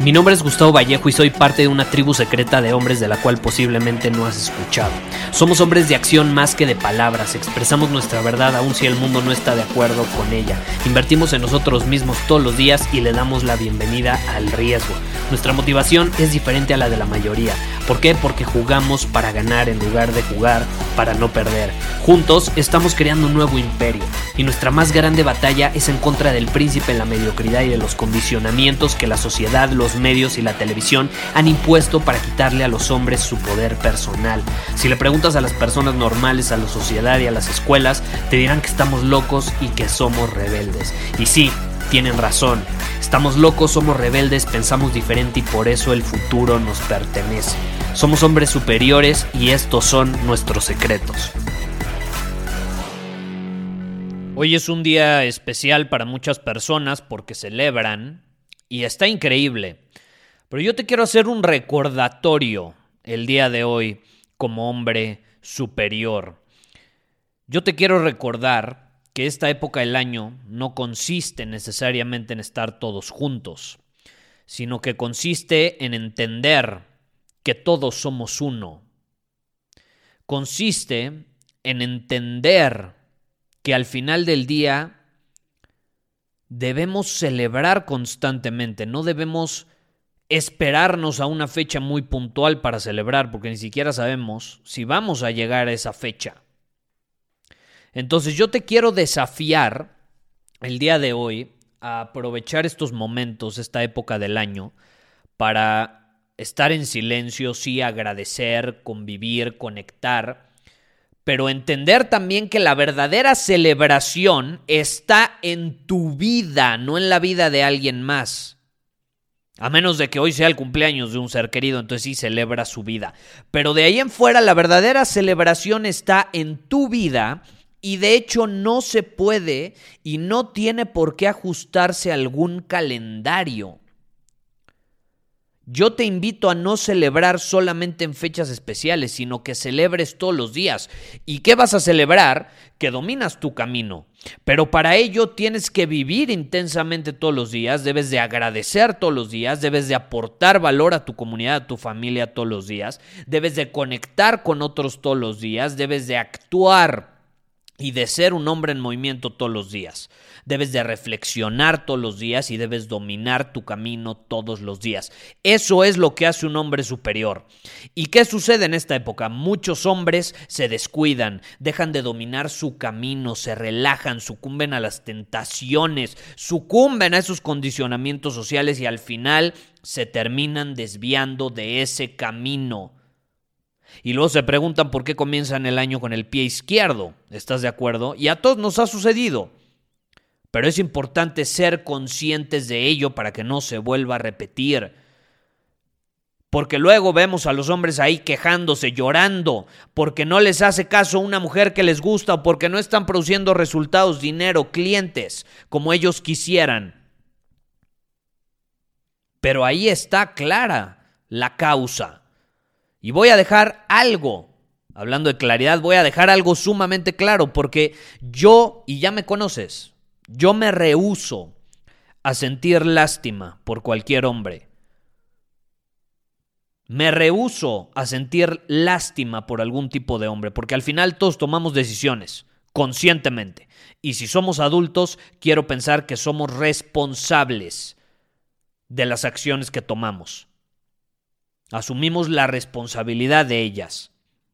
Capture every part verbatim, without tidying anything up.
Mi nombre es Gustavo Vallejo y soy parte de una tribu secreta de hombres de la cual posiblemente no has escuchado. Somos hombres de acción más que de palabras, expresamos nuestra verdad aun si el mundo no está de acuerdo con ella. Invertimos en nosotros mismos todos los días y le damos la bienvenida al riesgo. Nuestra motivación es diferente a la de la mayoría. ¿Por qué? Porque jugamos para ganar en lugar de jugar para no perder. Juntos estamos creando un nuevo imperio y nuestra más grande batalla es en contra del príncipe en la mediocridad y de los condicionamientos que la sociedad, los medios y la televisión han impuesto para quitarle a los hombres su poder personal. Si le preguntas a las personas normales, a la sociedad y a las escuelas, te dirán que estamos locos y que somos rebeldes. Y sí, tienen razón. Estamos locos, somos rebeldes, pensamos diferente y por eso el futuro nos pertenece. Somos hombres superiores y estos son nuestros secretos. Hoy es un día especial para muchas personas porque celebran y está increíble. Pero yo te quiero hacer un recordatorio el día de hoy como hombre superior. Yo te quiero recordar que esta época del año no consiste necesariamente en estar todos juntos, sino que consiste en entender que todos somos uno. Consiste en entender que al final del día debemos celebrar constantemente, no debemos esperarnos a una fecha muy puntual para celebrar, porque ni siquiera sabemos si vamos a llegar a esa fecha. Entonces yo te quiero desafiar el día de hoy a aprovechar estos momentos, esta época del año, para estar en silencio, sí, agradecer, convivir, conectar, pero entender también que la verdadera celebración está en tu vida, no en la vida de alguien más. A menos de que hoy sea el cumpleaños de un ser querido, entonces sí celebra su vida. Pero de ahí en fuera, la verdadera celebración está en tu vida y de hecho no se puede y no tiene por qué ajustarse a algún calendario. Yo te invito a no celebrar solamente en fechas especiales, sino que celebres todos los días. ¿Y qué vas a celebrar? Que dominas tu camino. Pero para ello tienes que vivir intensamente todos los días, debes de agradecer todos los días, debes de aportar valor a tu comunidad, a tu familia todos los días, debes de conectar con otros todos los días, debes de actuar y de ser un hombre en movimiento todos los días. Debes de reflexionar todos los días y debes dominar tu camino todos los días. Eso es lo que hace un hombre superior. ¿Y qué sucede en esta época? Muchos hombres se descuidan, dejan de dominar su camino, se relajan, sucumben a las tentaciones, sucumben a esos condicionamientos sociales y al final se terminan desviando de ese camino. Y luego se preguntan por qué comienzan el año con el pie izquierdo. ¿Estás de acuerdo? Y a todos nos ha sucedido. Pero es importante ser conscientes de ello para que no se vuelva a repetir. Porque luego vemos a los hombres ahí quejándose, llorando, porque no les hace caso una mujer que les gusta o porque no están produciendo resultados, dinero, clientes, como ellos quisieran. Pero ahí está clara la causa. Y voy a dejar algo, hablando de claridad, voy a dejar algo sumamente claro, porque yo, y ya me conoces, yo me rehúso a sentir lástima por cualquier hombre. Me rehúso a sentir lástima por algún tipo de hombre, porque al final todos tomamos decisiones, conscientemente. Y si somos adultos, quiero pensar que somos responsables de las acciones que tomamos. Asumimos la responsabilidad de ellas.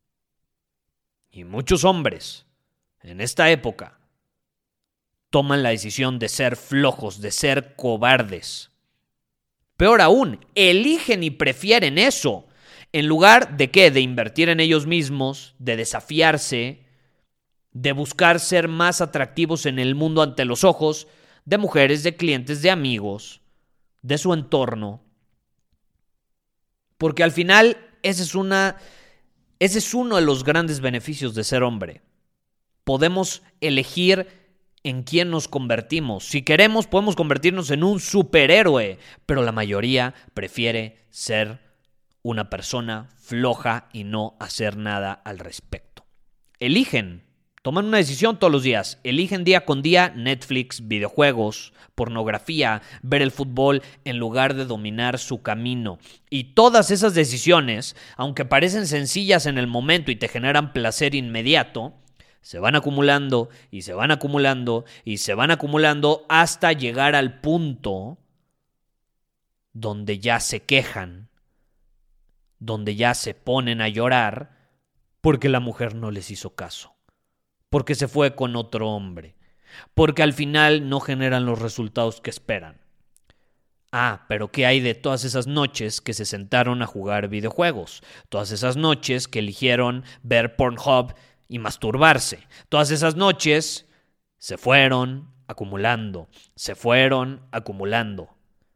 Y muchos hombres en esta época toman la decisión de ser flojos, de ser cobardes. Peor aún, eligen y prefieren eso, en lugar de ¿qué? De invertir en ellos mismos, de desafiarse, de buscar ser más atractivos en el mundo ante los ojos de mujeres, de clientes, de amigos, de su entorno. Porque al final ese es, una, ese es uno de los grandes beneficios de ser hombre. Podemos elegir en quién nos convertimos. Si queremos, podemos convertirnos en un superhéroe, pero la mayoría prefiere ser una persona floja y no hacer nada al respecto. Eligen Toman una decisión todos los días. Eligen día con día Netflix, videojuegos, pornografía, ver el fútbol en lugar de dominar su camino. Y todas esas decisiones, aunque parecen sencillas en el momento y te generan placer inmediato, se van acumulando y se van acumulando y se van acumulando hasta llegar al punto donde ya se quejan, donde ya se ponen a llorar porque la mujer no les hizo caso, porque se fue con otro hombre, porque al final no generan los resultados que esperan. Ah, pero ¿qué hay de todas esas noches que se sentaron a jugar videojuegos? Todas esas noches que eligieron ver Pornhub y masturbarse. Todas esas noches se fueron acumulando, se fueron acumulando.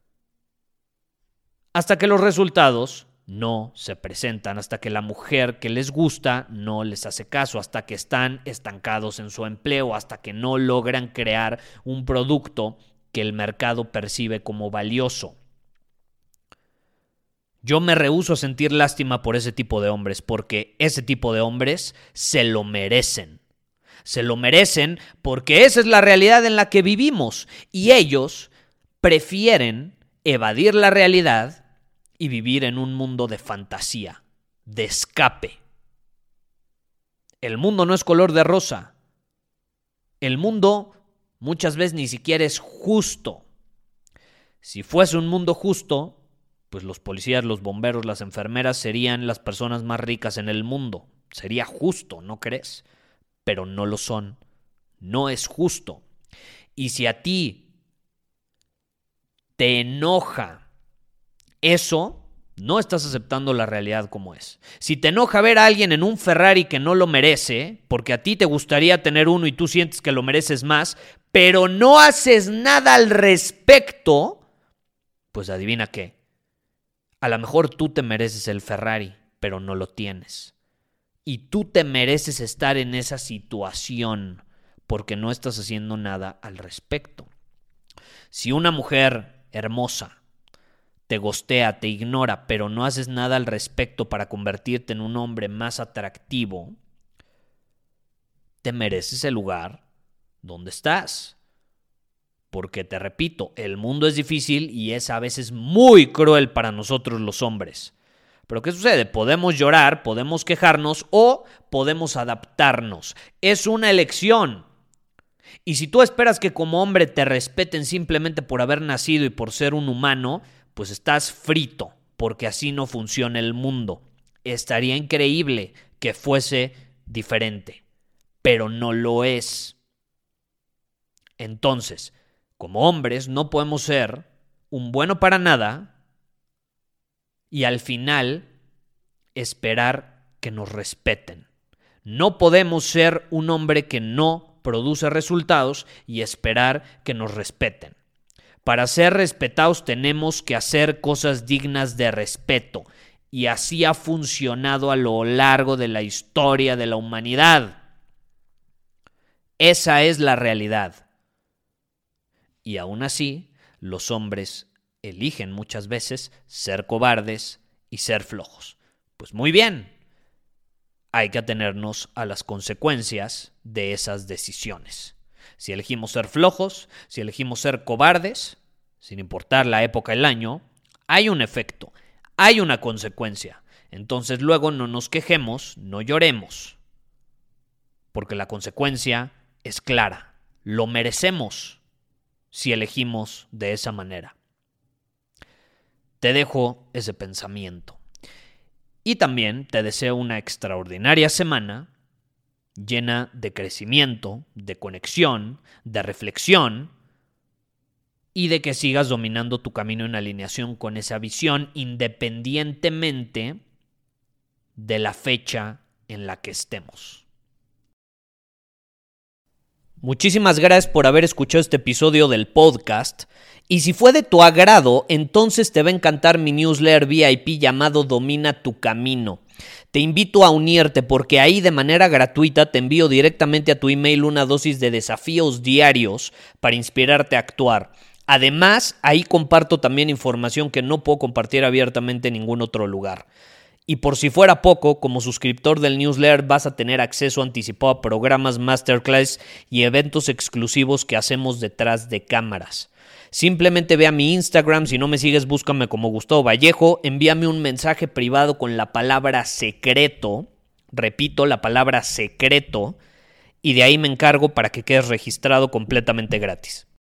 Hasta que los resultados no se presentan, hasta que la mujer que les gusta no les hace caso, hasta que están estancados en su empleo, hasta que no logran crear un producto que el mercado percibe como valioso. Yo me rehúso a sentir lástima por ese tipo de hombres, porque ese tipo de hombres se lo merecen. Se lo merecen porque esa es la realidad en la que vivimos y ellos prefieren evadir la realidad y vivir en un mundo de fantasía, de escape. El mundo no es color de rosa. El mundo muchas veces ni siquiera es justo. Si fuese un mundo justo, pues los policías, los bomberos, las enfermeras serían las personas más ricas en el mundo. Sería justo, ¿no crees? Pero no lo son. No es justo. Y si a ti te enoja eso, no estás aceptando la realidad como es. Si te enoja ver a alguien en un Ferrari que no lo merece, porque a ti te gustaría tener uno y tú sientes que lo mereces más, pero no haces nada al respecto, pues adivina qué. A lo mejor tú te mereces el Ferrari, pero no lo tienes. Y tú te mereces estar en esa situación porque no estás haciendo nada al respecto. Si una mujer hermosa te gostea, te ignora, pero no haces nada al respecto para convertirte en un hombre más atractivo, te mereces el lugar donde estás. Porque te repito, el mundo es difícil y es a veces muy cruel para nosotros los hombres. Pero ¿qué sucede? Podemos llorar, podemos quejarnos o podemos adaptarnos. Es una elección. Y si tú esperas que como hombre te respeten simplemente por haber nacido y por ser un humano, pues estás frito, porque así no funciona el mundo. Estaría increíble que fuese diferente, pero no lo es. Entonces, como hombres no podemos ser un bueno para nada y al final esperar que nos respeten. No podemos ser un hombre que no produce resultados y esperar que nos respeten. Para ser respetados tenemos que hacer cosas dignas de respeto y así ha funcionado a lo largo de la historia de la humanidad. Esa es la realidad. Y aún así, los hombres eligen muchas veces ser cobardes y ser flojos. Pues muy bien, hay que atenernos a las consecuencias de esas decisiones. Si elegimos ser flojos, si elegimos ser cobardes, sin importar la época del año, hay un efecto, hay una consecuencia. Entonces luego no nos quejemos, no lloremos, porque la consecuencia es clara. Lo merecemos si elegimos de esa manera. Te dejo ese pensamiento. Y también te deseo una extraordinaria semana llena de crecimiento, de conexión, de reflexión y de que sigas dominando tu camino en alineación con esa visión independientemente de la fecha en la que estemos. Muchísimas gracias por haber escuchado este episodio del podcast. Y si fue de tu agrado, entonces te va a encantar mi newsletter V I P llamado Domina tu Camino. Te invito a unirte porque ahí de manera gratuita te envío directamente a tu email una dosis de desafíos diarios para inspirarte a actuar. Además, ahí comparto también información que no puedo compartir abiertamente en ningún otro lugar. Y por si fuera poco, como suscriptor del newsletter vas a tener acceso anticipado a programas, masterclass y eventos exclusivos que hacemos detrás de cámaras. Simplemente ve a mi Instagram, si no me sigues búscame como Gustavo Vallejo, envíame un mensaje privado con la palabra secreto, repito, la palabra secreto, y de ahí me encargo para que quedes registrado completamente gratis.